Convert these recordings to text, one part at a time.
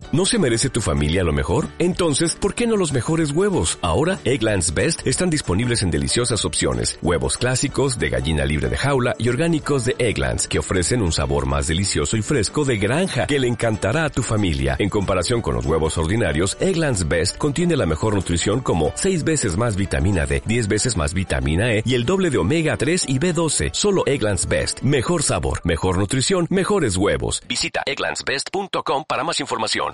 ¿No se merece tu familia lo mejor? Entonces, ¿por qué no los mejores huevos? Ahora, Eggland's Best están disponibles en deliciosas opciones. Huevos clásicos, de gallina libre de jaula y orgánicos de Eggland's, que ofrecen un sabor más delicioso y fresco de granja que le encantará a tu familia. En comparación con los huevos ordinarios, Eggland's Best contiene la mejor nutrición como 6 veces más vitamina D, 10 veces más vitamina E y el doble de omega 3 y B12. Solo Eggland's Best. Mejor sabor, mejor nutrición, mejores huevos. Visita egglandsbest.com para más información.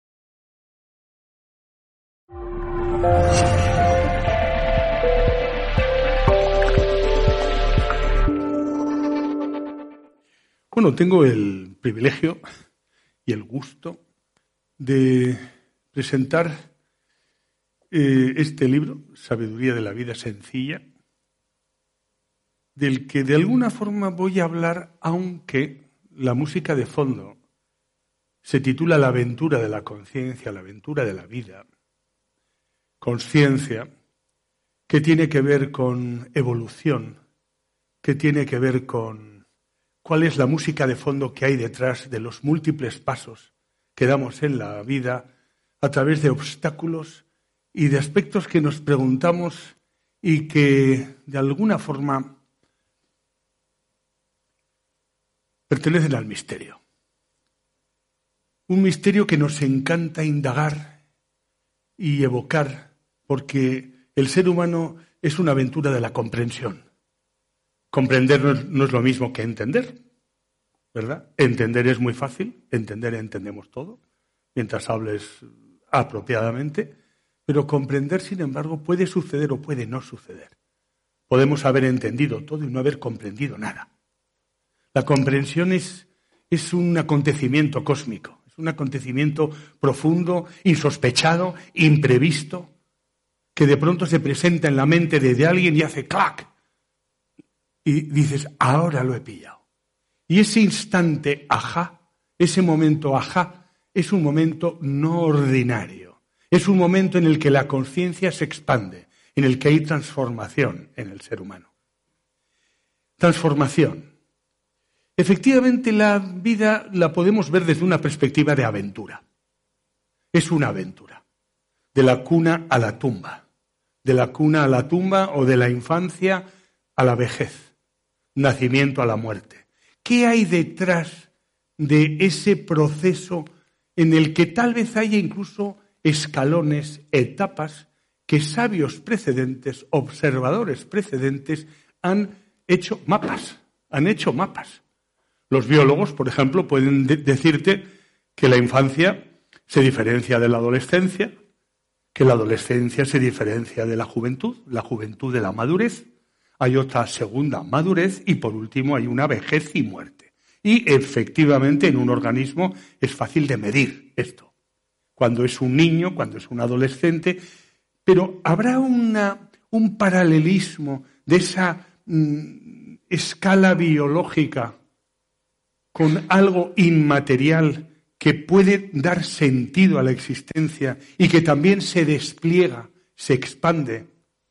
Bueno, tengo el privilegio y el gusto de presentar este libro, Sabiduría de la vida sencilla, del que de alguna forma voy a hablar, aunque la música de fondo se titula La aventura de la conciencia, la aventura de la vida. Consciencia, que tiene que ver con evolución, que tiene que ver con cuál es la música de fondo que hay detrás de los múltiples pasos que damos en la vida a través de obstáculos y de aspectos que nos preguntamos y que de alguna forma pertenecen al misterio. Un misterio que nos encanta indagar y evocar, porque el ser humano es una aventura de la comprensión. Comprender no es lo mismo que entender, ¿verdad? Entender es muy fácil, entendemos todo, mientras hables apropiadamente, pero comprender, sin embargo, puede suceder o puede no suceder. Podemos haber entendido todo y no haber comprendido nada. La comprensión es un acontecimiento cósmico, es un acontecimiento profundo, insospechado, imprevisto, que de pronto se presenta en la mente de alguien y hace ¡clac! Y dices, ahora lo he pillado. Y ese instante, ajá, ese momento, ajá, es un momento no ordinario. Es un momento en el que la conciencia se expande, en el que hay transformación en el ser humano. Transformación. Efectivamente, la vida la podemos ver desde una perspectiva de aventura. Es una aventura. De la cuna a la tumba. De la cuna a la tumba o de la infancia a la vejez. Nacimiento a la muerte. ¿Qué hay detrás de ese proceso en el que tal vez haya incluso escalones, etapas que sabios precedentes, observadores precedentes han hecho mapas? Los biólogos, por ejemplo, pueden decirte que la infancia se diferencia de la adolescencia, que la adolescencia se diferencia de la juventud de la madurez. Hay otra segunda madurez y por último hay una vejez y muerte. Y efectivamente en un organismo es fácil de medir esto. Cuando es un niño, cuando es un adolescente, pero habrá un paralelismo de esa escala biológica con algo inmaterial que puede dar sentido a la existencia y que también se despliega, se expande.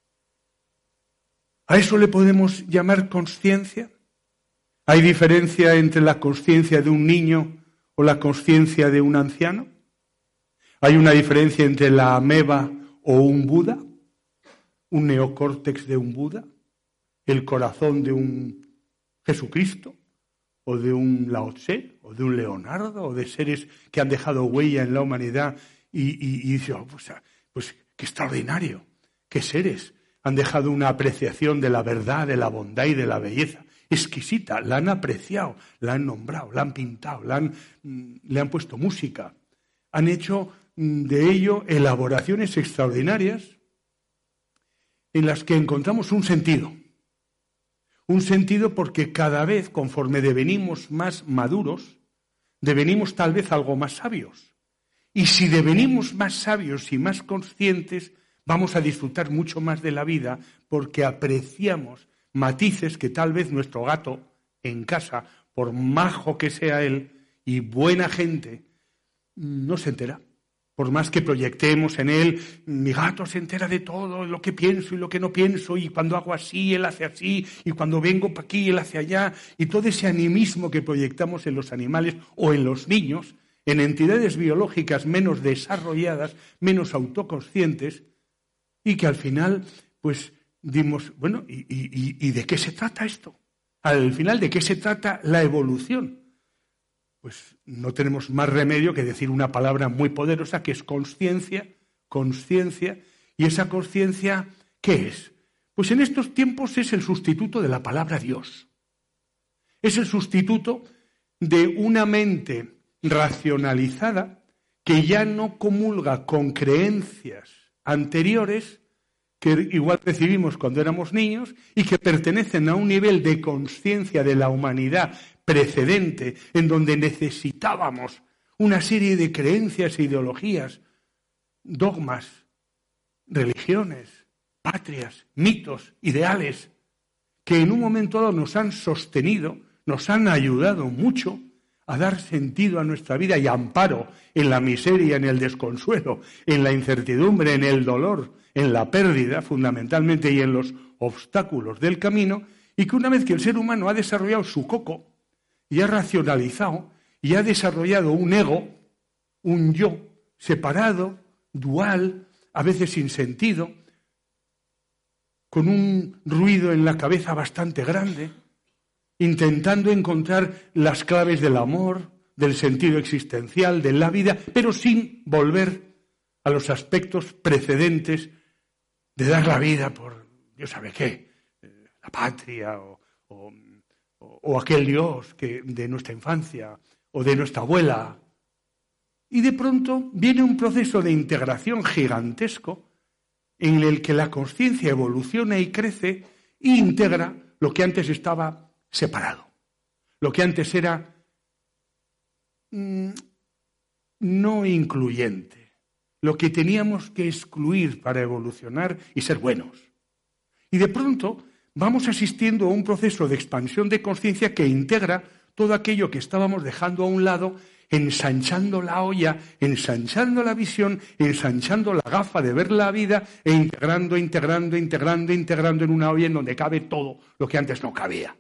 ¿A eso le podemos llamar consciencia? ¿Hay diferencia entre la consciencia de un niño o la consciencia de un anciano? ¿Hay una diferencia entre la ameba o un Buda? ¿Un neocórtex de un Buda? ¿El corazón de un Jesucristo? ¿O de un Lao Tse? ¿O de un Leonardo? ¿O de seres que han dejado huella en la humanidad? Y dice, pues qué extraordinario, qué seres. Han dejado una apreciación de la verdad, de la bondad y de la belleza. Exquisita, la han apreciado, la han nombrado, la han pintado, le han puesto música. Han hecho de ello elaboraciones extraordinarias en las que encontramos un sentido. Un sentido porque cada vez, conforme devenimos más maduros, devenimos tal vez algo más sabios. Y si devenimos más sabios y más conscientes, vamos a disfrutar mucho más de la vida porque apreciamos matices que tal vez nuestro gato en casa, por majo que sea él y buena gente, no se entera. Por más que proyectemos en él, mi gato se entera de todo, lo que pienso y lo que no pienso, y cuando hago así, él hace así, y cuando vengo para aquí, él hace allá, y todo ese animismo que proyectamos en los animales o en los niños, en entidades biológicas menos desarrolladas, menos autoconscientes, y que al final, pues, dimos, bueno, ¿y de qué se trata esto? Al final, ¿de qué se trata la evolución? Pues no tenemos más remedio que decir una palabra muy poderosa que es consciencia, y esa consciencia, ¿qué es? Pues en estos tiempos es el sustituto de la palabra Dios. Es el sustituto de una mente racionalizada que ya no comulga con creencias anteriores que igual recibimos cuando éramos niños y que pertenecen a un nivel de conciencia de la humanidad precedente en donde necesitábamos una serie de creencias e ideologías, dogmas, religiones, patrias, mitos, ideales, que en un momento dado nos han sostenido, nos han ayudado mucho a dar sentido a nuestra vida y amparo en la miseria, en el desconsuelo, en la incertidumbre, en el dolor, en la pérdida fundamentalmente y en los obstáculos del camino, y que una vez que el ser humano ha desarrollado su coco y ha racionalizado y ha desarrollado un ego, un yo separado, dual, a veces sin sentido, con un ruido en la cabeza bastante grande, intentando encontrar las claves del amor, del sentido existencial, de la vida, pero sin volver a los aspectos precedentes de dar la vida por Dios sabe qué, la patria o aquel Dios de nuestra infancia o de nuestra abuela. Y de pronto viene un proceso de integración gigantesco en el que la conciencia evoluciona y crece e integra lo que antes estaba separado, lo que antes era no incluyente, lo que teníamos que excluir para evolucionar y ser buenos. Y de pronto vamos asistiendo a un proceso de expansión de conciencia que integra todo aquello que estábamos dejando a un lado, ensanchando la olla, ensanchando la visión, ensanchando la gafa de ver la vida e integrando en una olla en donde cabe todo lo que antes no cabía.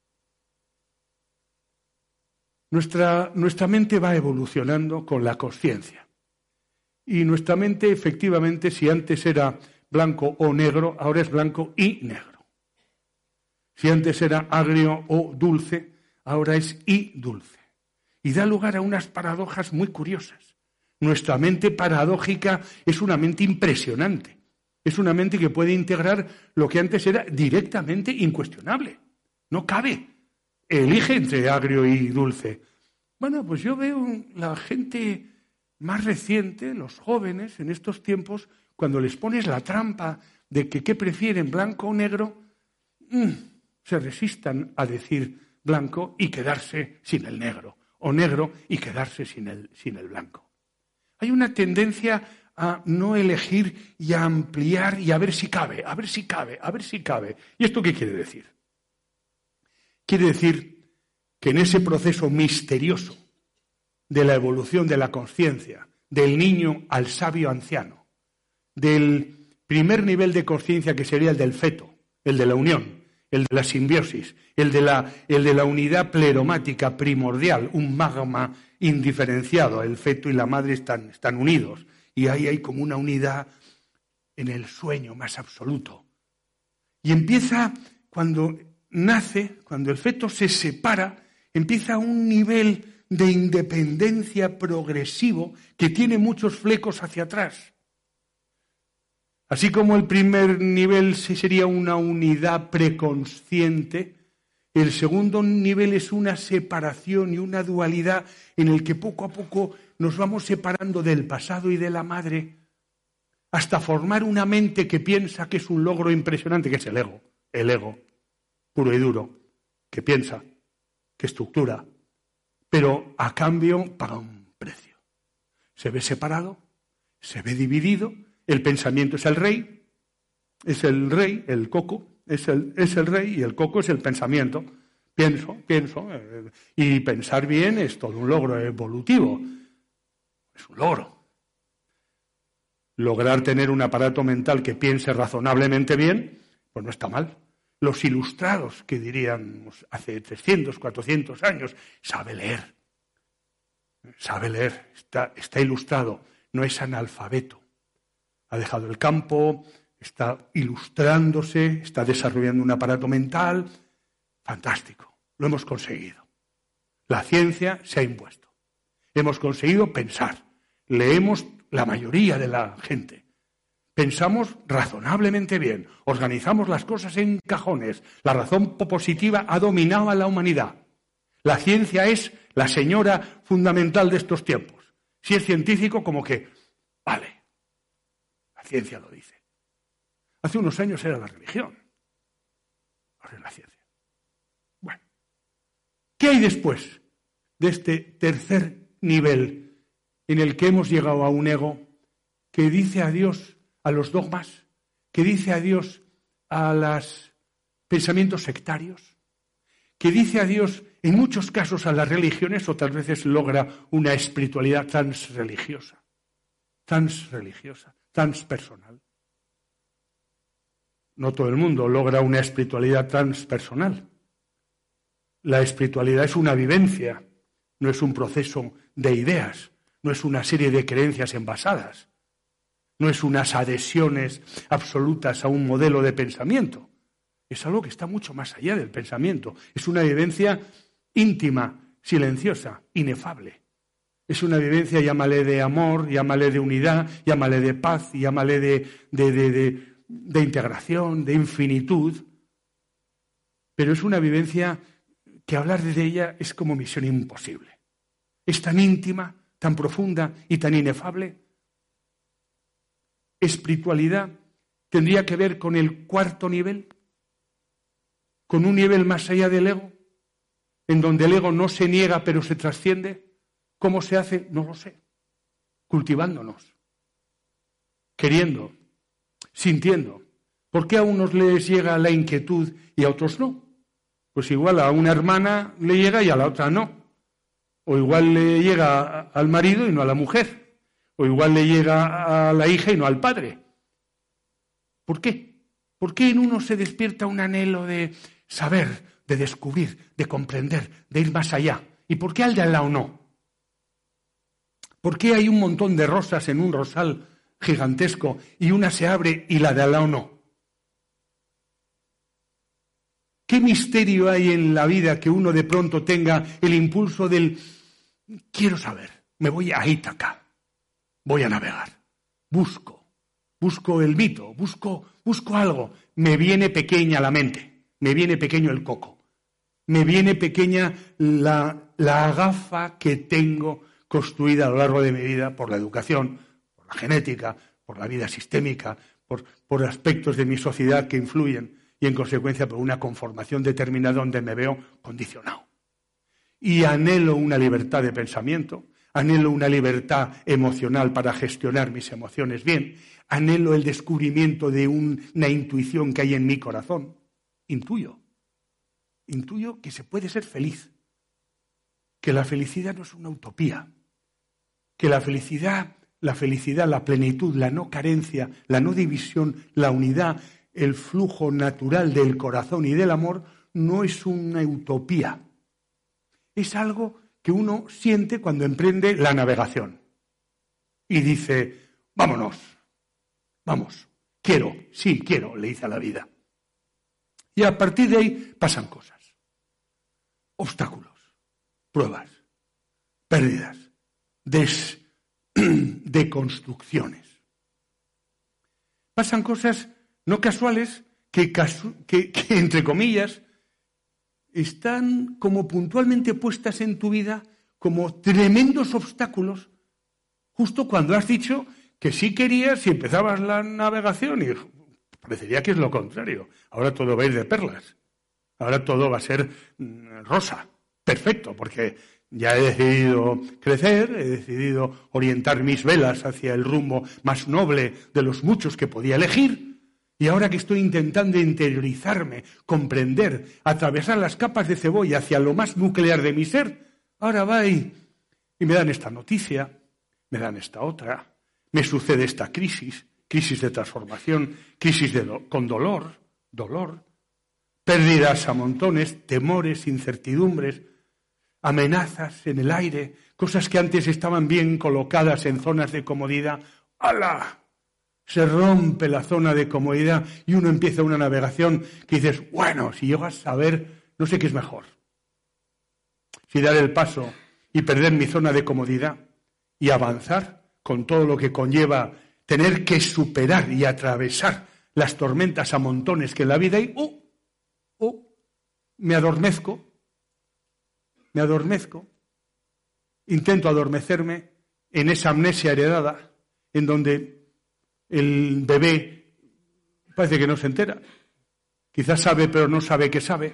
Nuestra mente va evolucionando con la conciencia. Y nuestra mente, efectivamente, si antes era blanco o negro, ahora es blanco y negro. Si antes era agrio o dulce, ahora es y dulce. Y da lugar a unas paradojas muy curiosas. Nuestra mente paradójica es una mente impresionante. Es una mente que puede integrar lo que antes era directamente incuestionable. No cabe. Elige entre agrio y dulce. Bueno, pues yo veo la gente más reciente, los jóvenes en estos tiempos, cuando les pones la trampa de que qué prefieren, blanco o negro, se resistan a decir blanco y quedarse sin el negro, o negro y quedarse sin el blanco. Hay una tendencia a no elegir y a ampliar y a ver si cabe, a ver si cabe, a ver si cabe. ¿Y esto qué quiere decir? Quiere decir que en ese proceso misterioso de la evolución de la conciencia, del niño al sabio anciano, del primer nivel de conciencia que sería el del feto, el de la unión, el de la simbiosis, el de la unidad pleromática primordial, un magma indiferenciado, el feto y la madre están unidos, y ahí hay como una unidad en el sueño más absoluto. Y empieza, cuando nace, cuando el feto se separa, empieza un nivel de independencia progresivo que tiene muchos flecos hacia atrás. Así como el primer nivel sería una unidad preconsciente, el segundo nivel es una separación y una dualidad en el que poco a poco nos vamos separando del pasado y de la madre hasta formar una mente que piensa que es un logro impresionante, que es el ego, puro y duro, que piensa, que estructura, pero a cambio paga un precio. Se ve separado, se ve dividido. El pensamiento es el rey, el coco es el rey y el coco es el pensamiento. Pienso, y pensar bien es todo un logro evolutivo, es un logro. Lograr tener un aparato mental que piense razonablemente bien, pues no está mal. Los ilustrados, que diríamos hace 300, 400 años, sabe leer. sabe leer, está ilustrado, no es analfabeto. Ha dejado el campo, está ilustrándose, está desarrollando un aparato mental. Fantástico, lo hemos conseguido. La ciencia se ha impuesto. Hemos conseguido pensar. Leemos la mayoría de la gente. Pensamos razonablemente bien. Organizamos las cosas en cajones. La razón positiva ha dominado a la humanidad. La ciencia es la señora fundamental de estos tiempos. Si es científico, como que, vale, la ciencia lo dice. Hace unos años era la religión. Ahora es la ciencia. Bueno, ¿qué hay después de este tercer nivel en el que hemos llegado a un ego que dice adiós a los dogmas, que dice adiós a los pensamientos sectarios, que dice adiós en muchos casos a las religiones, otras veces logra una espiritualidad transreligiosa, transpersonal? No todo el mundo logra una espiritualidad transpersonal. La espiritualidad es una vivencia, no es un proceso de ideas, no es una serie de creencias envasadas, no es unas adhesiones absolutas a un modelo de pensamiento. Es algo que está mucho más allá del pensamiento. Es una vivencia íntima, silenciosa, inefable. Es una vivencia, llámale de amor, llámale de unidad, llámale de paz, llámale de integración, de infinitud. Pero es una vivencia que hablar de ella es como misión imposible. Es tan íntima, tan profunda y tan inefable. Espiritualidad tendría que ver con el cuarto nivel, con un nivel más allá del ego, en donde el ego no se niega pero se trasciende. ¿Cómo se hace? No lo sé. Cultivándonos, queriendo, sintiendo. ¿Por qué a unos les llega la inquietud y a otros no? Pues igual a una hermana le llega y a la otra no. O igual le llega al marido y no a la mujer. O igual le llega a la hija y no al padre. ¿Por qué? ¿Por qué en uno se despierta un anhelo de saber, de descubrir, de comprender, de ir más allá? ¿Y por qué al de al lado no? ¿Por qué hay un montón de rosas en un rosal gigantesco y una se abre y la de al lado no? ¿Qué misterio hay en la vida que uno de pronto tenga el impulso del quiero saber, me voy a Ítaca, voy a navegar, busco el mito, busco algo, me viene pequeña la mente, me viene pequeño el coco, me viene pequeña la gafa que tengo construida a lo largo de mi vida por la educación, por la genética, por la vida sistémica, por aspectos de mi sociedad que influyen y en consecuencia por una conformación determinada donde me veo condicionado. Y anhelo una libertad de pensamiento, anhelo una libertad emocional para gestionar mis emociones bien, anhelo el descubrimiento de una intuición que hay en mi corazón. Intuyo que se puede ser feliz, que la felicidad no es una utopía, que la felicidad, la plenitud, la no carencia, la no división, la unidad, el flujo natural del corazón y del amor no es una utopía. Es algo que uno siente cuando emprende la navegación y dice, vámonos, vamos, quiero, le dice a la vida. Y a partir de ahí pasan cosas, obstáculos, pruebas, pérdidas, deconstrucciones. Pasan cosas no casuales que entre comillas, están como puntualmente puestas en tu vida como tremendos obstáculos, justo cuando has dicho que sí querías y empezabas la navegación y parecería que es lo contrario. Ahora todo va a ir de perlas, ahora todo va a ser rosa, perfecto, porque ya he decidido crecer, he decidido orientar mis velas hacia el rumbo más noble de los muchos que podía elegir. Y ahora que estoy intentando interiorizarme, comprender, atravesar las capas de cebolla hacia lo más nuclear de mi ser, ahora va y me dan esta noticia, me dan esta otra, me sucede esta crisis de transformación, crisis con dolor, pérdidas a montones, temores, incertidumbres, amenazas en el aire, cosas que antes estaban bien colocadas en zonas de comodidad. ¡Hala! Se rompe la zona de comodidad y uno empieza una navegación que dices, bueno, si llegas a ver, no sé qué es mejor. Si dar el paso y perder mi zona de comodidad y avanzar con todo lo que conlleva tener que superar y atravesar las tormentas a montones que en la vida hay, me adormezco, intento adormecerme en esa amnesia heredada en donde el bebé parece que no se entera, quizás sabe pero no sabe que sabe.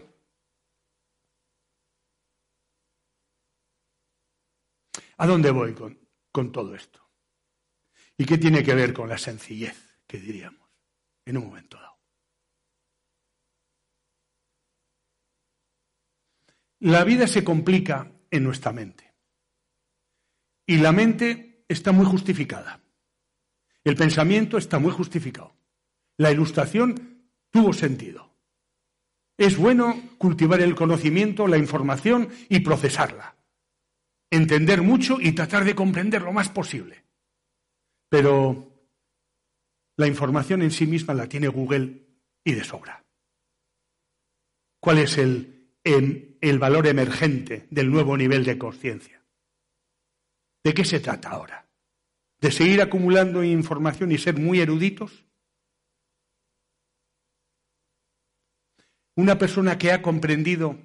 ¿A dónde voy con todo esto? ¿Y qué tiene que ver con la sencillez, que diríamos, en un momento dado? La vida se complica en nuestra mente. Y la mente está muy justificada. El pensamiento está muy justificado. La ilustración tuvo sentido. Es bueno cultivar el conocimiento, la información y procesarla. Entender mucho y tratar de comprender lo más posible. Pero la información en sí misma la tiene Google y de sobra. ¿Cuál es el valor emergente del nuevo nivel de conciencia? ¿De qué se trata ahora? ¿De seguir acumulando información y ser muy eruditos? Una persona que ha comprendido,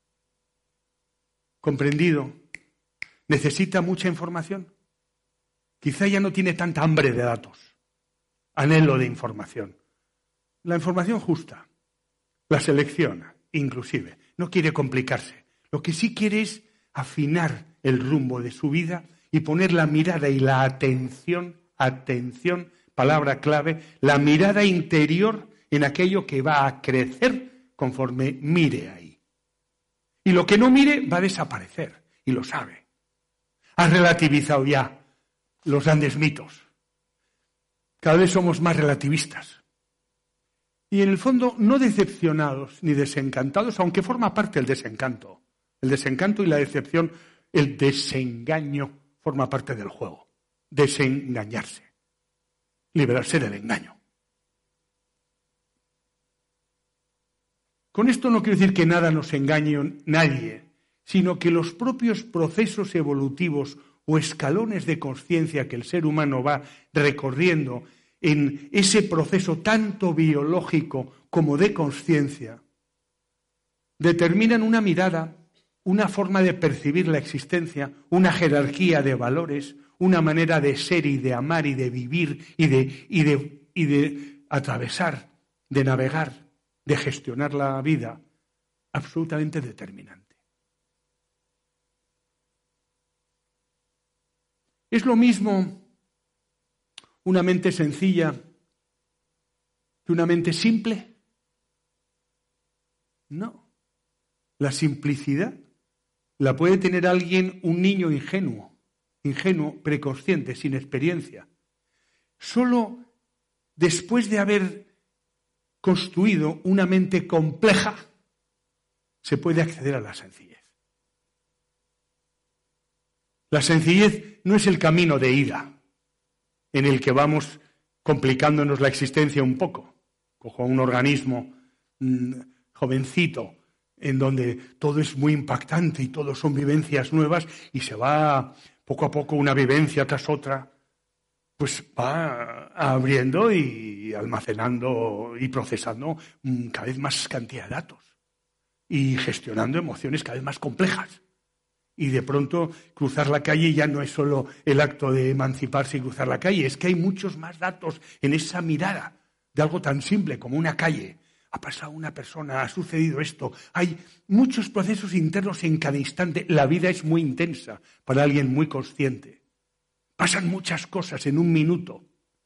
necesita mucha información. Quizá ya no tiene tanta hambre de datos, anhelo de información. La información justa, la selecciona, inclusive. No quiere complicarse. Lo que sí quiere es afinar el rumbo de su vida y poner la mirada y la atención, palabra clave, la mirada interior en aquello que va a crecer conforme mire ahí. Y lo que no mire va a desaparecer, y lo sabe. Has relativizado ya los grandes mitos. Cada vez somos más relativistas. Y en el fondo no decepcionados ni desencantados, aunque forma parte del desencanto. El desencanto y la decepción, el desengaño forma parte del juego. Desengañarse. Liberarse del engaño. Con esto no quiero decir que nada nos engañe nadie, sino que los propios procesos evolutivos o escalones de conciencia que el ser humano va recorriendo en ese proceso tanto biológico como de conciencia, determinan una mirada, una forma de percibir la existencia, una jerarquía de valores, una manera de ser y de amar y de vivir y de atravesar, de navegar, de gestionar la vida, absolutamente determinante. ¿Es lo mismo una mente sencilla que una mente simple? No. La simplicidad la puede tener un niño ingenuo, preconsciente, sin experiencia. Solo después de haber construido una mente compleja se puede acceder a la sencillez. La sencillez no es el camino de ida en el que vamos complicándonos la existencia un poco. Cojo un organismo jovencito en donde todo es muy impactante y todo son vivencias nuevas y se va poco a poco una vivencia tras otra, pues va abriendo y almacenando y procesando cada vez más cantidad de datos y gestionando emociones cada vez más complejas. Y de pronto cruzar la calle ya no es solo el acto de emanciparse y cruzar la calle, es que hay muchos más datos en esa mirada de algo tan simple como una calle. Ha pasado una persona, ha sucedido esto. Hay muchos procesos internos en cada instante. La vida es muy intensa para alguien muy consciente. Pasan muchas cosas en un minuto.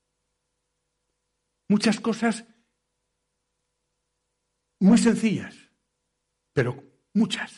Muchas cosas muy sencillas, pero muchas.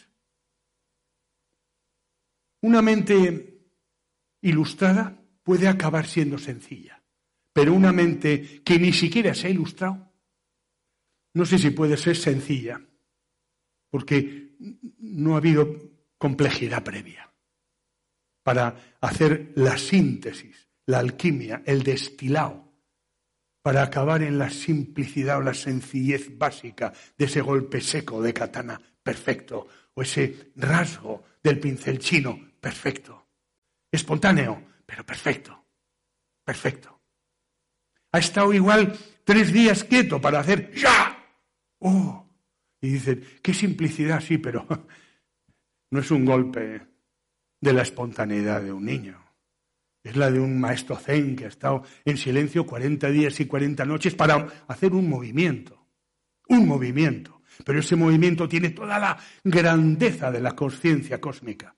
Una mente ilustrada puede acabar siendo sencilla, pero una mente que ni siquiera se ha ilustrado, no sé si puede ser sencilla, porque no ha habido complejidad previa para hacer la síntesis, la alquimia, el destilado, para acabar en la simplicidad o la sencillez básica de ese golpe seco de katana perfecto, o ese rasgo del pincel chino perfecto. Espontáneo, pero perfecto. Perfecto. Ha estado igual 3 días quieto para hacer ¡ya! ¡Oh! Y dicen, qué simplicidad, sí, pero no es un golpe de la espontaneidad de un niño. Es la de un maestro zen que ha estado en silencio 40 días y 40 noches para hacer un movimiento. Un movimiento. Pero ese movimiento tiene toda la grandeza de la conciencia cósmica.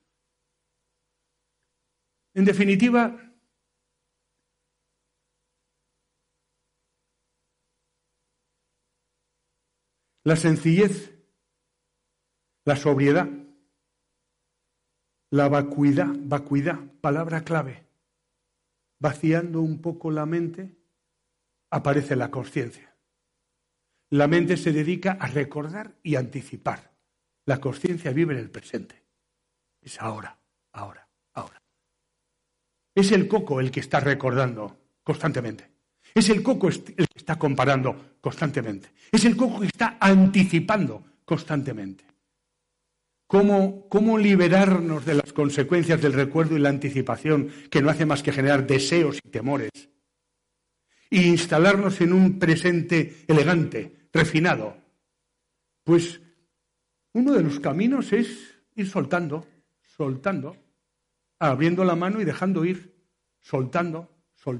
En definitiva, la sencillez, la sobriedad, la vacuidad, palabra clave, vaciando un poco la mente, aparece la conciencia. La mente se dedica a recordar y anticipar. La conciencia vive en el presente. Es ahora, ahora, ahora. Es el coco el que está recordando constantemente. Es el coco el que está comparando constantemente. Es el coco que está anticipando constantemente. ¿Cómo liberarnos de las consecuencias del recuerdo y la anticipación, que no hace más que generar deseos y temores? E instalarnos en un presente elegante, refinado. Pues uno de los caminos es ir soltando, abriendo la mano y dejando ir, soltando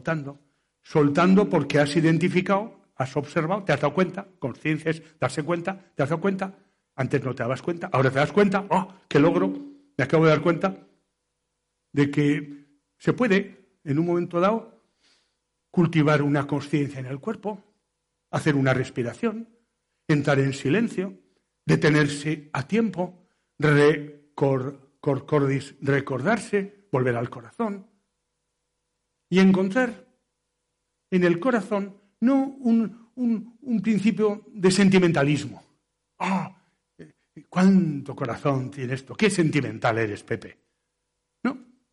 porque has identificado, has observado, te has dado cuenta, conciencia es darse cuenta, te has dado cuenta, antes no te dabas cuenta, ahora te das cuenta, ¡oh, qué logro! Me acabo de dar cuenta de que se puede, en un momento dado, cultivar una conciencia en el cuerpo, hacer una respiración, entrar en silencio, detenerse a tiempo, recordarse, volver al corazón y encontrar en el corazón no un principio de sentimentalismo. ¡Ah! ¿Cuánto corazón tiene esto? ¿Qué sentimental eres, Pepe? No.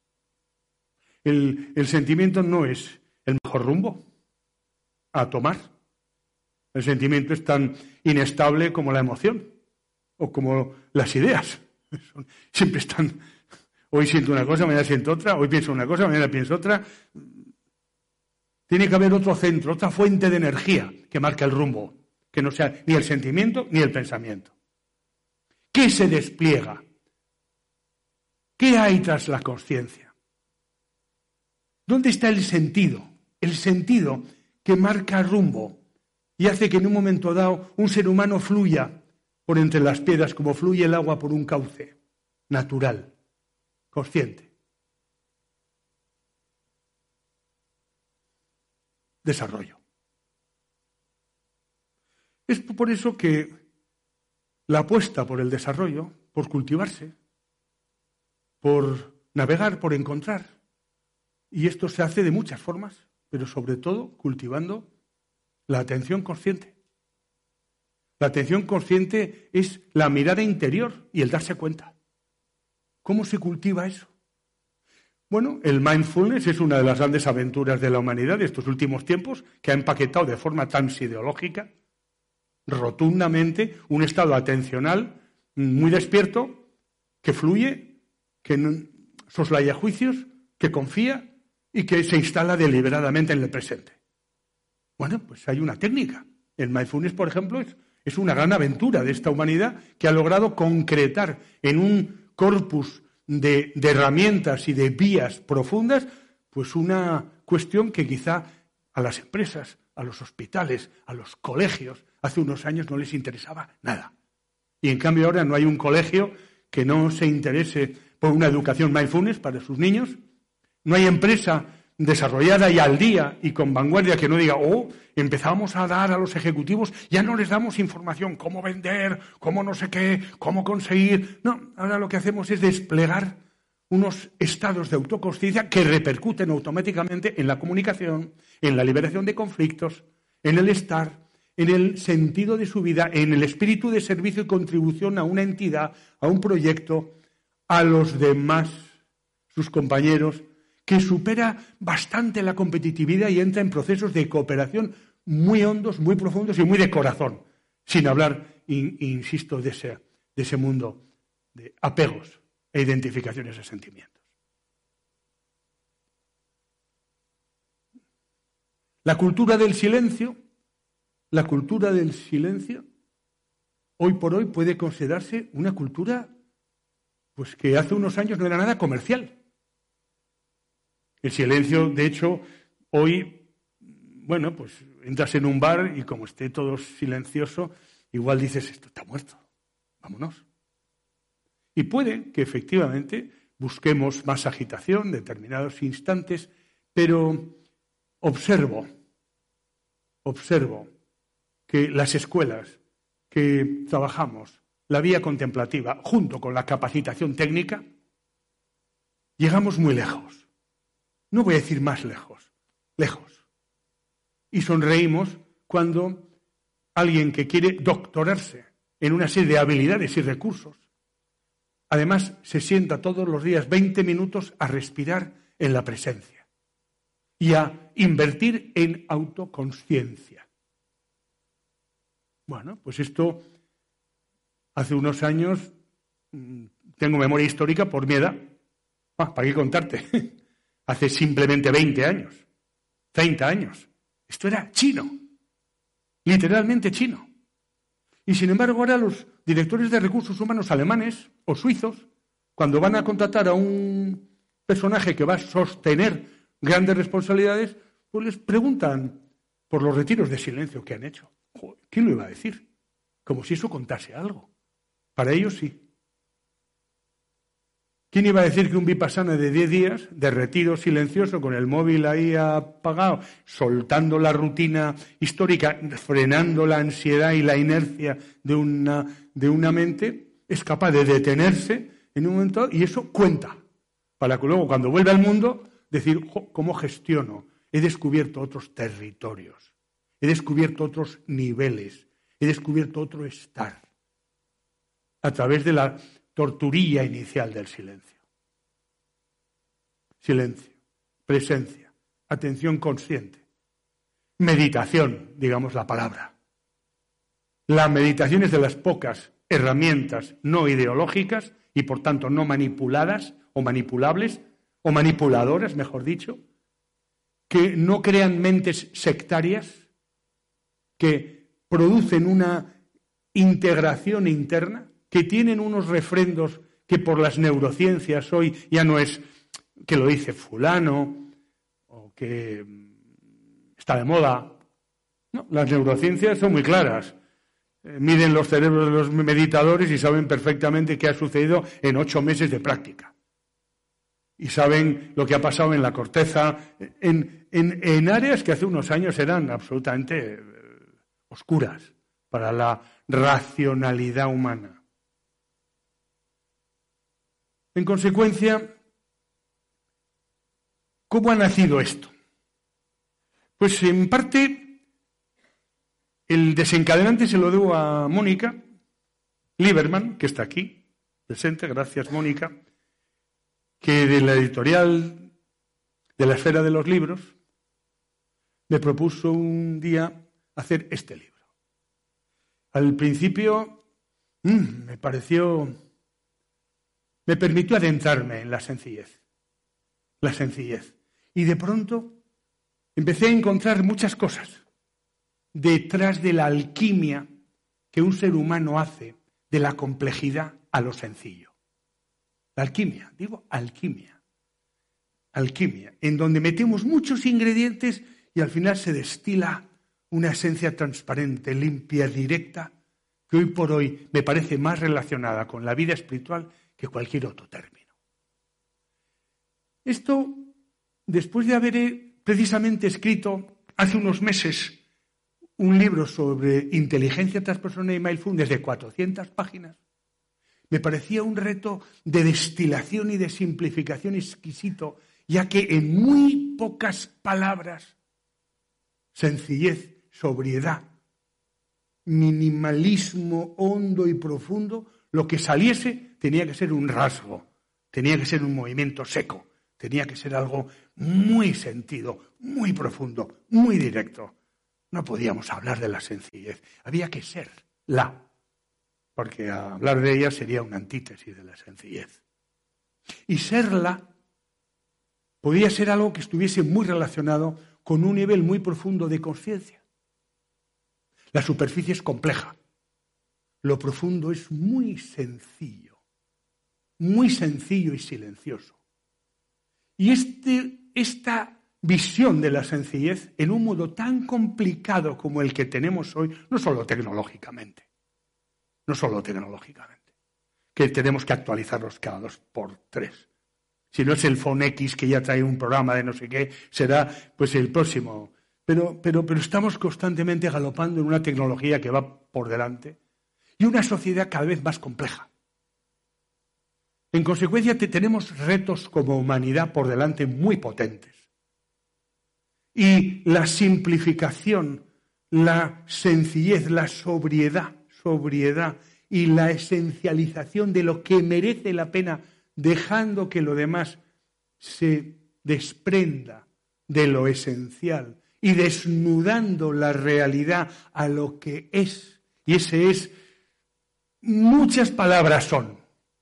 El sentimiento no es el mejor rumbo a tomar. El sentimiento es tan inestable como la emoción o como las ideas. Siempre están, hoy siento una cosa, mañana siento otra, hoy pienso una cosa, mañana pienso otra. Tiene que haber otro centro, otra fuente de energía que marque el rumbo, que no sea ni el sentimiento ni el pensamiento. ¿Qué se despliega? ¿Qué hay tras la conciencia? ¿Dónde está el sentido? El sentido que marca rumbo y hace que en un momento dado un ser humano fluya por entre las piedras como fluye el agua por un cauce natural, consciente. Desarrollo. Es por eso que la apuesta por el desarrollo, por cultivarse, por navegar, por encontrar, y esto se hace de muchas formas, pero sobre todo cultivando la atención consciente. La atención consciente es la mirada interior y el darse cuenta. ¿Cómo se cultiva eso? Bueno, el mindfulness es una de las grandes aventuras de la humanidad de estos últimos tiempos, que ha empaquetado de forma tan ideológica, rotundamente, un estado atencional muy despierto, que fluye, que no soslaya juicios, que confía y que se instala deliberadamente en el presente. Bueno, pues hay una técnica. El mindfulness, por ejemplo, es una gran aventura de esta humanidad que ha logrado concretar en un corpus de herramientas y de vías profundas, pues una cuestión que quizá a las empresas, a los hospitales, a los colegios, hace unos años no les interesaba nada. Y en cambio ahora no hay un colegio que no se interese por una educación mindfulness para sus niños. No hay empresa desarrollada y al día y con vanguardia que no diga, empezamos a dar a los ejecutivos, ya no les damos información, cómo vender, cómo no sé qué, cómo conseguir. No, ahora lo que hacemos es desplegar unos estados de autoconsciencia que repercuten automáticamente en la comunicación, en la liberación de conflictos, en el estar, en el sentido de su vida, en el espíritu de servicio y contribución a una entidad, a un proyecto, a los demás, sus compañeros, que supera bastante la competitividad y entra en procesos de cooperación muy hondos, muy profundos y muy de corazón, sin hablar, insisto, de ese mundo de apegos e identificaciones de sentimientos. La cultura del silencio, hoy por hoy puede considerarse una cultura pues que hace unos años no era nada comercial. El silencio, de hecho, hoy, bueno, pues entras en un bar y como esté todo silencioso, igual dices, esto está muerto, vámonos. Y puede que efectivamente busquemos más agitación en determinados instantes, pero observo que las escuelas que trabajamos la vía contemplativa junto con la capacitación técnica, llegamos muy lejos. No voy a decir más lejos. Y sonreímos cuando alguien que quiere doctorarse en una serie de habilidades y recursos, además se sienta todos los días 20 minutos a respirar en la presencia y a invertir en autoconsciencia. Bueno, pues esto hace unos años, tengo memoria histórica por mi edad. ¿Para qué contarte? Hace simplemente 20 años, 30 años. Esto era chino, literalmente chino. Y sin embargo ahora los directores de recursos humanos alemanes o suizos, cuando van a contratar a un personaje que va a sostener grandes responsabilidades, pues les preguntan por los retiros de silencio que han hecho. Joder, ¿quién lo iba a decir? Como si eso contase algo. Para ellos sí. ¿Quién iba a decir que un vipassana de 10 días, de retiro silencioso, con el móvil ahí apagado, soltando la rutina histórica, frenando la ansiedad y la inercia de una mente, es capaz de detenerse en un momento y eso cuenta? Para que luego, cuando vuelva al mundo, decir, ¿cómo gestiono? He descubierto otros territorios, he descubierto otros niveles, he descubierto otro estar, a través de la torturilla inicial del silencio. Silencio, presencia, atención consciente, meditación, digamos la palabra. La meditación es de las pocas herramientas no ideológicas y por tanto no manipuladas o manipulables o manipuladoras, mejor dicho, que no crean mentes sectarias, que producen una integración interna, que tienen unos refrendos que por las neurociencias hoy ya no es que lo dice fulano o que está de moda. No, las neurociencias son muy claras. Miden los cerebros de los meditadores y saben perfectamente qué ha sucedido en 8 meses de práctica. Y saben lo que ha pasado en la corteza, en áreas que hace unos años eran absolutamente oscuras para la racionalidad humana. En consecuencia, ¿cómo ha nacido esto? Pues en parte el desencadenante se lo debo a Mónica Lieberman, que está aquí, presente, gracias Mónica, que de la editorial de la Esfera de los Libros me propuso un día hacer este libro. Al principio me permitió adentrarme en la sencillez. Y de pronto empecé a encontrar muchas cosas detrás de la alquimia que un ser humano hace de la complejidad a lo sencillo. La alquimia, alquimia, en donde metemos muchos ingredientes y al final se destila una esencia transparente, limpia, directa, que hoy por hoy me parece más relacionada con la vida espiritual que cualquier otro término. Esto, después de haber precisamente escrito hace unos meses un libro sobre inteligencia transpersonal y mindfulness de 400 páginas, me parecía un reto de destilación y de simplificación exquisito, ya que en muy pocas palabras, sencillez, sobriedad, minimalismo hondo y profundo, lo que saliese tenía que ser un rasgo tenía que ser un movimiento seco, tenía que ser algo muy sentido, muy profundo, muy directo. No podíamos hablar de la sencillez, había que serla, porque hablar de ella sería una antítesis de la sencillez. Y serla podía ser algo que estuviese muy relacionado con un nivel muy profundo de conciencia. La superficie es compleja, lo profundo es muy sencillo y silencioso. Y esta visión de la sencillez, en un modo tan complicado como el que tenemos hoy, no solo tecnológicamente, que tenemos que actualizarlos cada 2x3. Si no es el Phone X que ya trae un programa de no sé qué, será pues el próximo. Pero estamos constantemente galopando en una tecnología que va por delante y una sociedad cada vez más compleja. En consecuencia, tenemos retos como humanidad por delante muy potentes. Y la simplificación, la sencillez, la sobriedad y la esencialización de lo que merece la pena, dejando que lo demás se desprenda de lo esencial y desnudando la realidad a lo que es. Y ese es, muchas palabras son,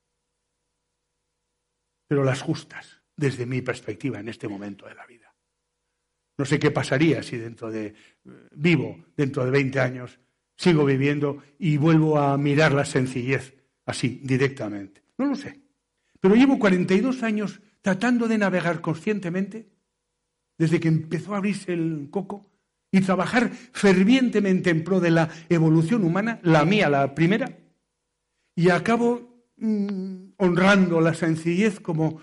pero las justas, desde mi perspectiva en este momento de la vida. No sé qué pasaría si dentro de 20 años, sigo viviendo y vuelvo a mirar la sencillez así, directamente. No lo sé. Pero llevo 42 años tratando de navegar conscientemente, desde que empezó a abrirse el coco, y trabajar fervientemente en pro de la evolución humana, la mía, la primera, y acabo honrando la sencillez como,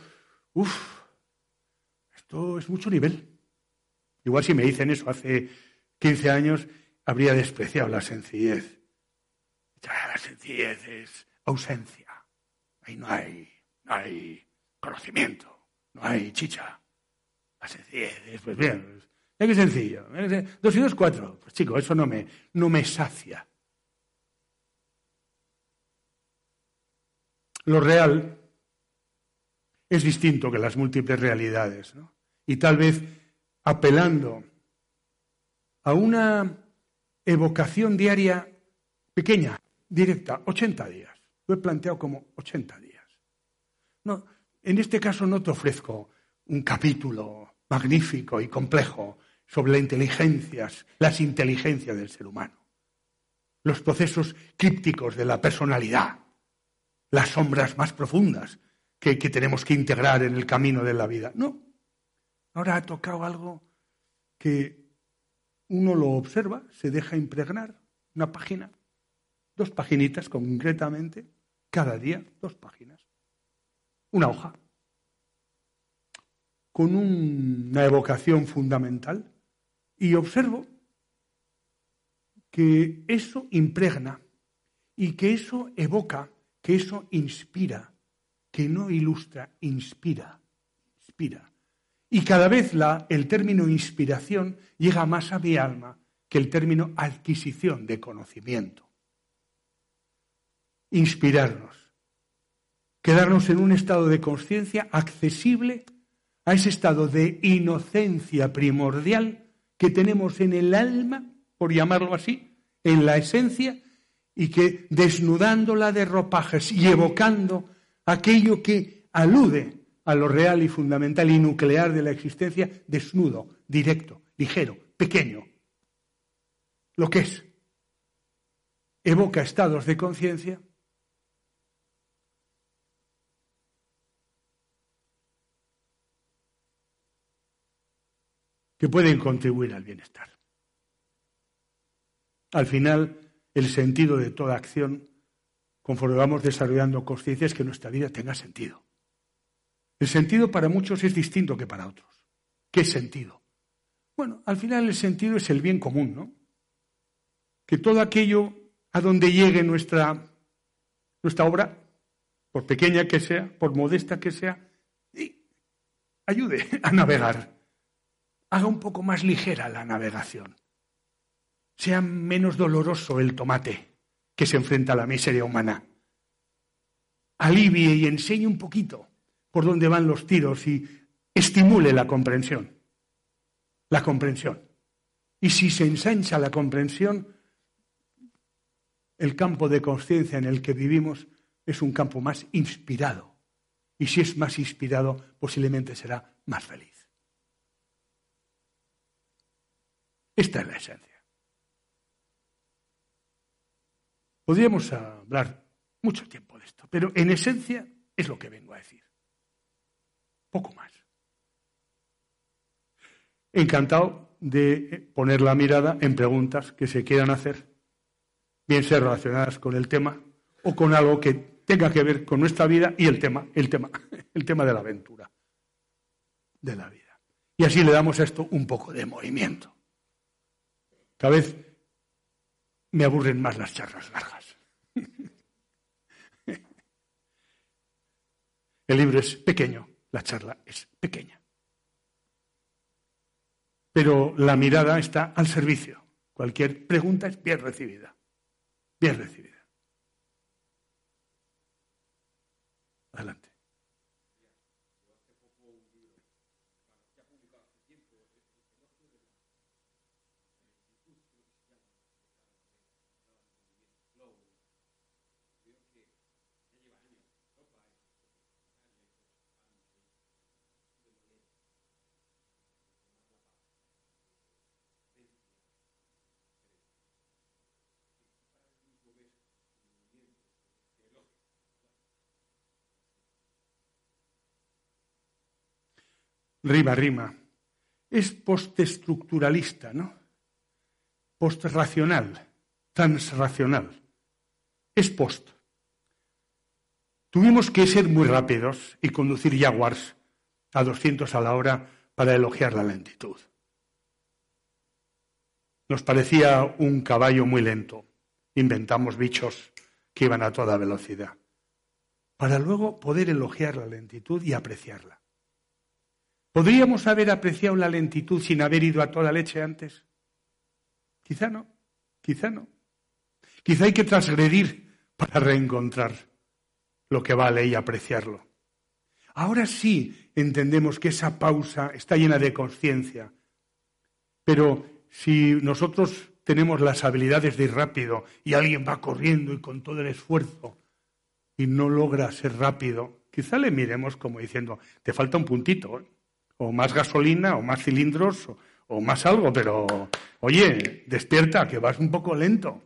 esto es mucho nivel. Igual si me dicen eso hace 15 años, habría despreciado la sencillez. La sencillez es ausencia. Ahí no hay conocimiento, no hay chicha. La sencillez es, pues bien, es que sencillo. 2 y 2, 4. Pues chico, eso no me sacia. Lo real es distinto que las múltiples realidades, ¿no? Y tal vez apelando a una evocación diaria pequeña, directa, 80 días. Lo he planteado como 80 días. No, en este caso no te ofrezco un capítulo magnífico y complejo sobre las inteligencias del ser humano, los procesos crípticos de la personalidad, las sombras más profundas que tenemos que integrar en el camino de la vida. No, ahora ha tocado algo que uno lo observa, se deja impregnar, una página, 2 paginitas concretamente, cada día 2 páginas, una hoja, con una evocación fundamental, y observo que eso impregna y que eso evoca, que eso inspira, que no ilustra, inspira. Y cada vez el término inspiración llega más a mi alma que el término adquisición de conocimiento. Inspirarnos, quedarnos en un estado de conciencia accesible a ese estado de inocencia primordial que tenemos en el alma, por llamarlo así, en la esencia, y que desnudándola de ropajes y evocando aquello que alude a lo real y fundamental y nuclear de la existencia, desnudo, directo, ligero, pequeño, lo que es, evoca estados de conciencia que pueden contribuir al bienestar. Al final, el sentido de toda acción, conforme vamos desarrollando conciencia, es que nuestra vida tenga sentido. El sentido para muchos es distinto que para otros. ¿Qué sentido? Bueno, al final el sentido es el bien común, ¿no? Que todo aquello a donde llegue nuestra obra, por pequeña que sea, por modesta que sea, ayude a navegar. Haga un poco más ligera la navegación. Sea menos doloroso el tomate que se enfrenta a la miseria humana. Alivie y enseñe un poquito por dónde van los tiros y estimule la comprensión. La comprensión. Y si se ensancha la comprensión, el campo de conciencia en el que vivimos es un campo más inspirado. Y si es más inspirado, posiblemente será más feliz. Esta es la esencia. Podríamos hablar mucho tiempo de esto, pero en esencia es lo que vengo a decir. Poco más. Encantado de poner la mirada en preguntas que se quieran hacer, bien ser relacionadas con el tema o con algo que tenga que ver con nuestra vida y el tema de la aventura de la vida. Y así le damos a esto un poco de movimiento. Cada vez me aburren más las charlas largas. El libro es pequeño, la charla es pequeña. Pero la mirada está al servicio. Cualquier pregunta es bien recibida. Bien recibida. Adelante. Rima. Es postestructuralista, ¿no? Postracional, transracional. Es post. Tuvimos que ser muy rápidos y conducir Jaguars a 200 a la hora para elogiar la lentitud. Nos parecía un caballo muy lento. Inventamos bichos que iban a toda velocidad, para luego poder elogiar la lentitud y apreciarla. ¿Podríamos haber apreciado la lentitud sin haber ido a toda leche antes? Quizá no. Quizá hay que transgredir para reencontrar lo que vale y apreciarlo. Ahora sí entendemos que esa pausa está llena de conciencia. Pero si nosotros tenemos las habilidades de ir rápido y alguien va corriendo y con todo el esfuerzo y no logra ser rápido, quizá le miremos como diciendo, te falta un puntito, ¿eh? O más gasolina, o más cilindros, o más algo, pero, oye, despierta, que vas un poco lento.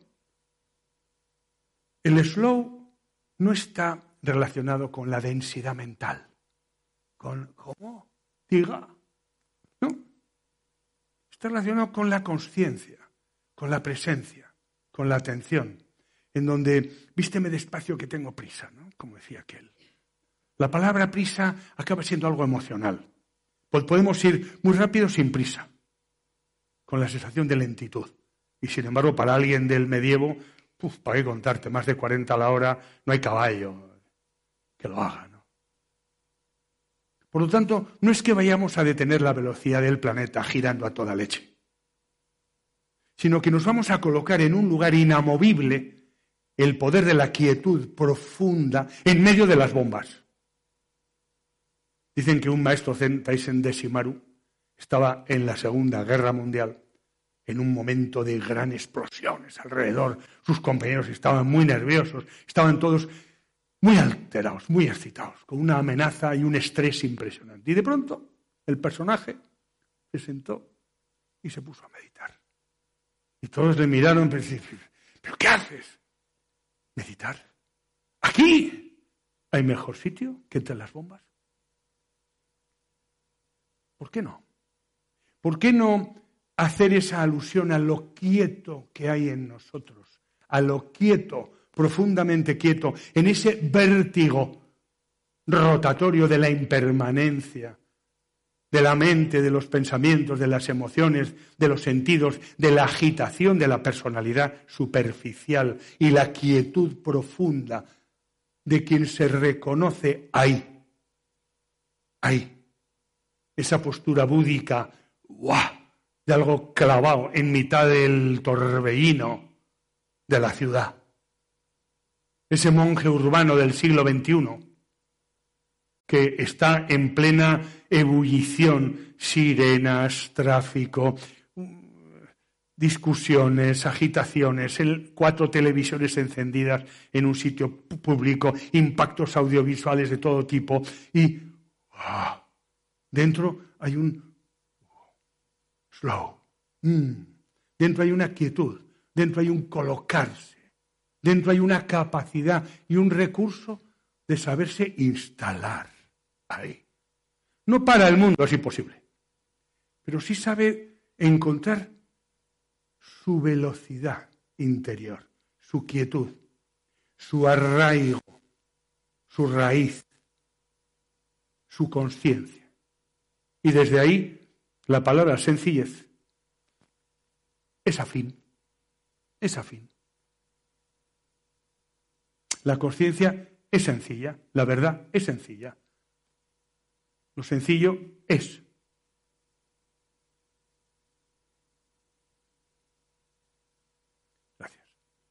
El slow no está relacionado con la densidad mental. ¿Cómo? Diga. No. Está relacionado con la consciencia, con la presencia, con la atención, en donde, vísteme despacio que tengo prisa, ¿no? Como decía aquel. La palabra prisa acaba siendo algo emocional. Pues podemos ir muy rápido sin prisa, con la sensación de lentitud. Y sin embargo, para alguien del medievo, ¿para qué contarte? Más de 40 a la hora, no hay caballo que lo haga, ¿no? Por lo tanto, no es que vayamos a detener la velocidad del planeta girando a toda leche, sino que nos vamos a colocar en un lugar inamovible, el poder de la quietud profunda, en medio de las bombas. Dicen que un maestro zen, Taisen Deshimaru, estaba en la Segunda Guerra Mundial, en un momento de gran explosiones alrededor. Sus compañeros estaban muy nerviosos, estaban todos muy alterados, muy excitados, con una amenaza y un estrés impresionante. Y de pronto, el personaje se sentó y se puso a meditar. Y todos le miraron, ¿pero qué haces? Meditar. ¿Aquí hay mejor sitio que entre las bombas? ¿Por qué no? ¿Por qué no hacer esa alusión a lo quieto que hay en nosotros? A lo quieto, profundamente quieto, en ese vértigo rotatorio de la impermanencia, de la mente, de los pensamientos, de las emociones, de los sentidos, de la agitación de la personalidad superficial y la quietud profunda de quien se reconoce ahí. Esa postura búdica, de algo clavado en mitad del torbellino de la ciudad. Ese monje urbano del siglo XXI, que está en plena ebullición, sirenas, tráfico, discusiones, agitaciones, 4 televisiones encendidas en un sitio público, impactos audiovisuales de todo tipo y dentro hay un slow, dentro hay una quietud, dentro hay un colocarse, dentro hay una capacidad y un recurso de saberse instalar ahí. No para el mundo, es imposible, pero sí sabe encontrar su velocidad interior, su quietud, su arraigo, su raíz, su consciencia. Y desde ahí la palabra sencillez es afín, es afín. La consciencia es sencilla, la verdad es sencilla. Lo sencillo es. Gracias.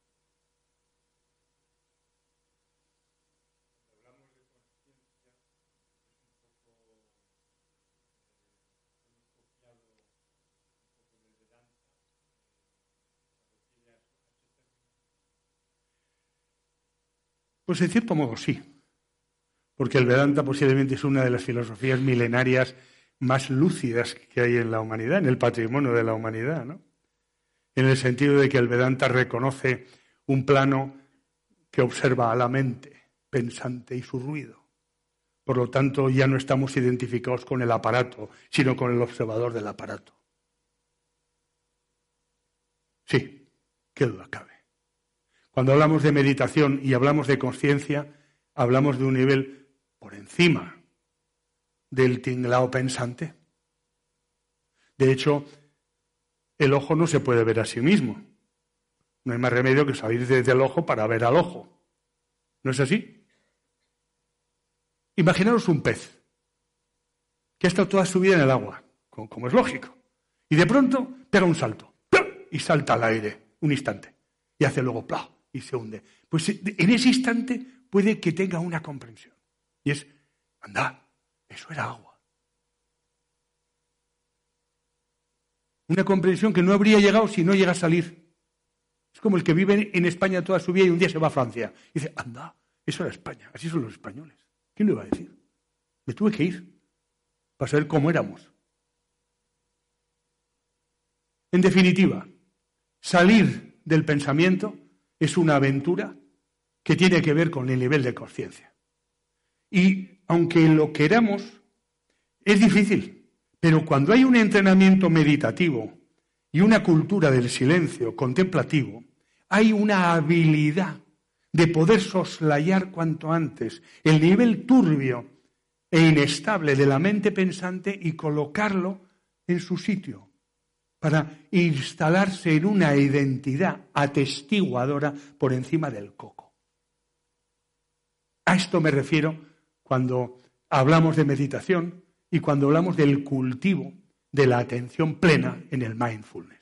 Pues en cierto modo sí, porque el Vedanta posiblemente es una de las filosofías milenarias más lúcidas que hay en la humanidad, en el patrimonio de la humanidad, ¿no? En el sentido de que el Vedanta reconoce un plano que observa a la mente pensante y su ruido. Por lo tanto, ya no estamos identificados con el aparato, sino con el observador del aparato. Sí, qué duda cabe. Cuando hablamos de meditación y hablamos de conciencia, hablamos de un nivel por encima del tinglao pensante. De hecho, el ojo no se puede ver a sí mismo. No hay más remedio que salir desde el ojo para ver al ojo. ¿No es así? Imaginaros un pez que ha estado toda su vida en el agua, como es lógico, y de pronto pega un salto y salta al aire un instante y hace luego ¡plá! Y se hunde. Pues en ese instante puede que tenga una comprensión. Y es, anda, eso era agua. Una comprensión que no habría llegado si no llega a salir. Es como el que vive en España toda su vida y un día se va a Francia. Y dice, anda, eso era España, así son los españoles. ¿Quién lo iba a decir? Me tuve que ir para saber cómo éramos. En definitiva, salir del pensamiento es una aventura que tiene que ver con el nivel de conciencia. Y aunque lo queramos, es difícil. Pero cuando hay un entrenamiento meditativo y una cultura del silencio contemplativo, hay una habilidad de poder soslayar cuanto antes el nivel turbio e inestable de la mente pensante y colocarlo en su sitio, para instalarse en una identidad atestiguadora por encima del coco. A esto me refiero cuando hablamos de meditación y cuando hablamos del cultivo de la atención plena en el mindfulness.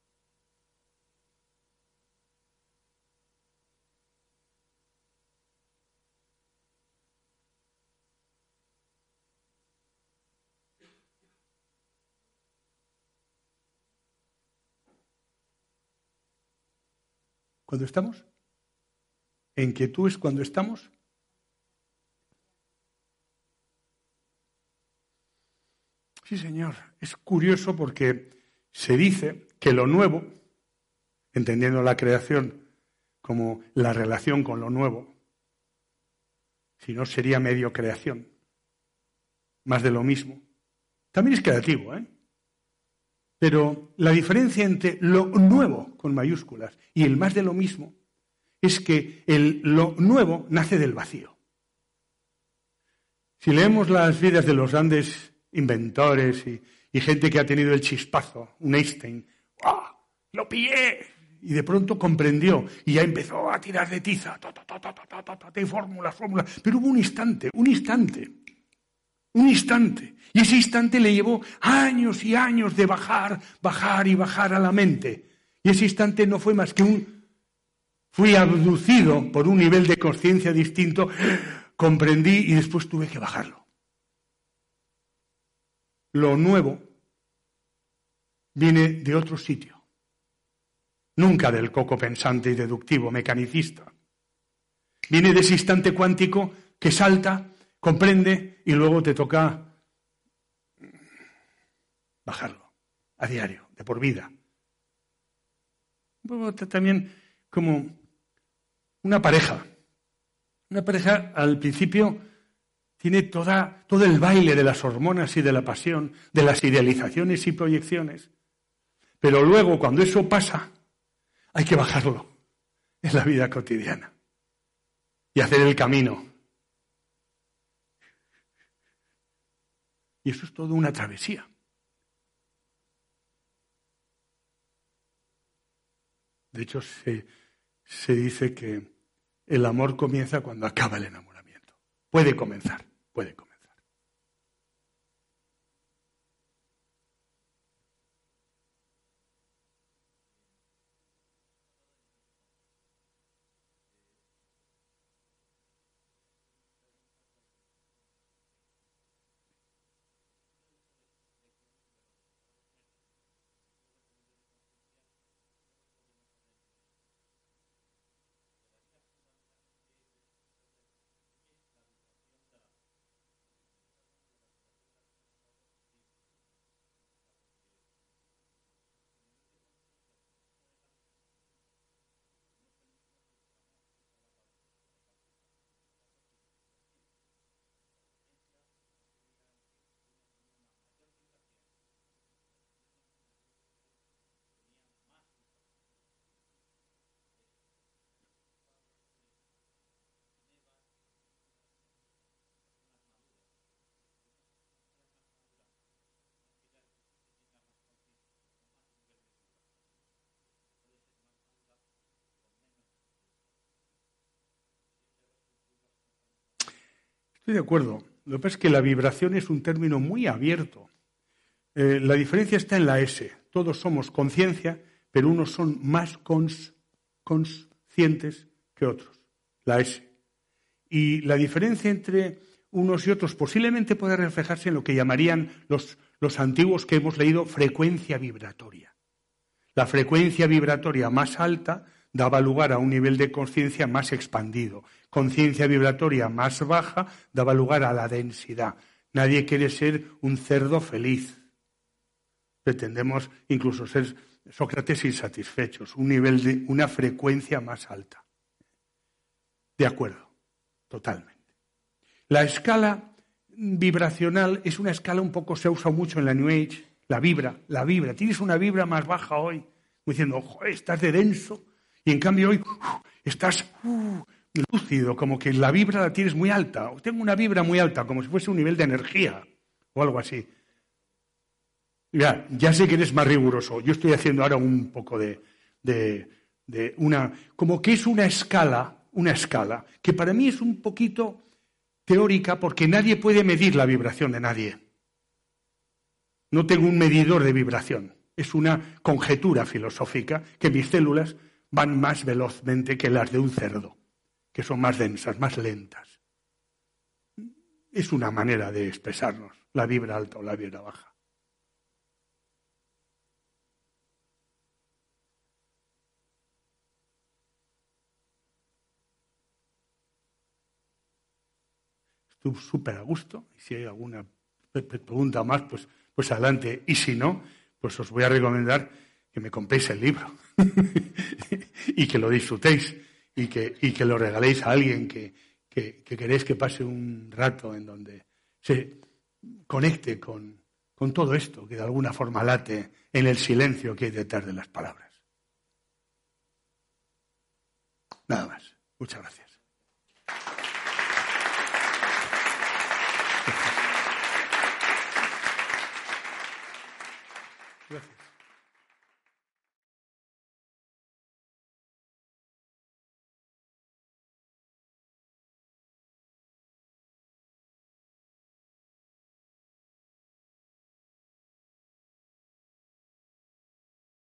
¿Cuándo estamos? ¿En quietud es cuando estamos? Sí, señor. Es curioso porque se dice que lo nuevo, entendiendo la creación como la relación con lo nuevo, si no sería medio creación, más de lo mismo. También es creativo, ¿eh? Pero la diferencia entre lo nuevo, con mayúsculas, y el más de lo mismo, es que lo nuevo nace del vacío. Si leemos las vidas de los grandes inventores y gente que ha tenido el chispazo, un Einstein, ¡oh, lo pillé! Y de pronto comprendió y ya empezó a tirar de tiza, de fórmulas, pero hubo un instante. Y ese instante le llevó años y años de bajar a la mente. Y ese instante no fue más que fui abducido por un nivel de conciencia distinto, comprendí y después tuve que bajarlo. lo nuevo viene de otro sitio. Nunca del coco pensante y deductivo, mecanicista. Viene de ese instante cuántico que salta, comprende y luego te toca bajarlo a diario, de por vida. También como una pareja. Una pareja al principio tiene todo el baile de las hormonas y de la pasión, de las idealizaciones y proyecciones. Pero luego, cuando eso pasa, hay que bajarlo en la vida cotidiana y hacer el camino. Y eso es toda una travesía. De hecho, se dice que el amor comienza cuando acaba el enamoramiento. Puede comenzar. Estoy de acuerdo. Lo que pasa es que la vibración es un término muy abierto. La diferencia está en la S. Todos somos conciencia, pero unos son más conscientes que otros. La S. Y la diferencia entre unos y otros posiblemente puede reflejarse en lo que llamarían los antiguos que hemos leído frecuencia vibratoria. La frecuencia vibratoria más alta daba lugar a un nivel de conciencia más expandido. Conciencia vibratoria más baja daba lugar a la densidad. Nadie quiere ser un cerdo feliz. Pretendemos incluso ser Sócrates insatisfechos, una frecuencia más alta. De acuerdo, totalmente. La escala vibracional es una escala un poco, se usa mucho en la New Age, la vibra. Tienes una vibra más baja hoy, diciendo, ojo, estás de denso. Y en cambio hoy estás lúcido, como que la vibra la tienes muy alta. O tengo una vibra muy alta, como si fuese un nivel de energía o algo así. Ya sé que eres más riguroso. Yo estoy haciendo ahora un poco como que es una escala que para mí es un poquito teórica porque nadie puede medir la vibración de nadie. No tengo un medidor de vibración. Es una conjetura filosófica que mis células van más velozmente que las de un cerdo, que son más densas, más lentas. Es una manera de expresarnos, la vibra alta o la vibra baja. Estoy súper a gusto, y si hay alguna pregunta más, pues adelante. Y si no, pues os voy a recomendar que me compréis el libro y que lo disfrutéis y que lo regaléis a alguien que queréis que pase un rato en donde se conecte con todo esto que de alguna forma late en el silencio que hay detrás de las palabras. Nada más. Muchas gracias.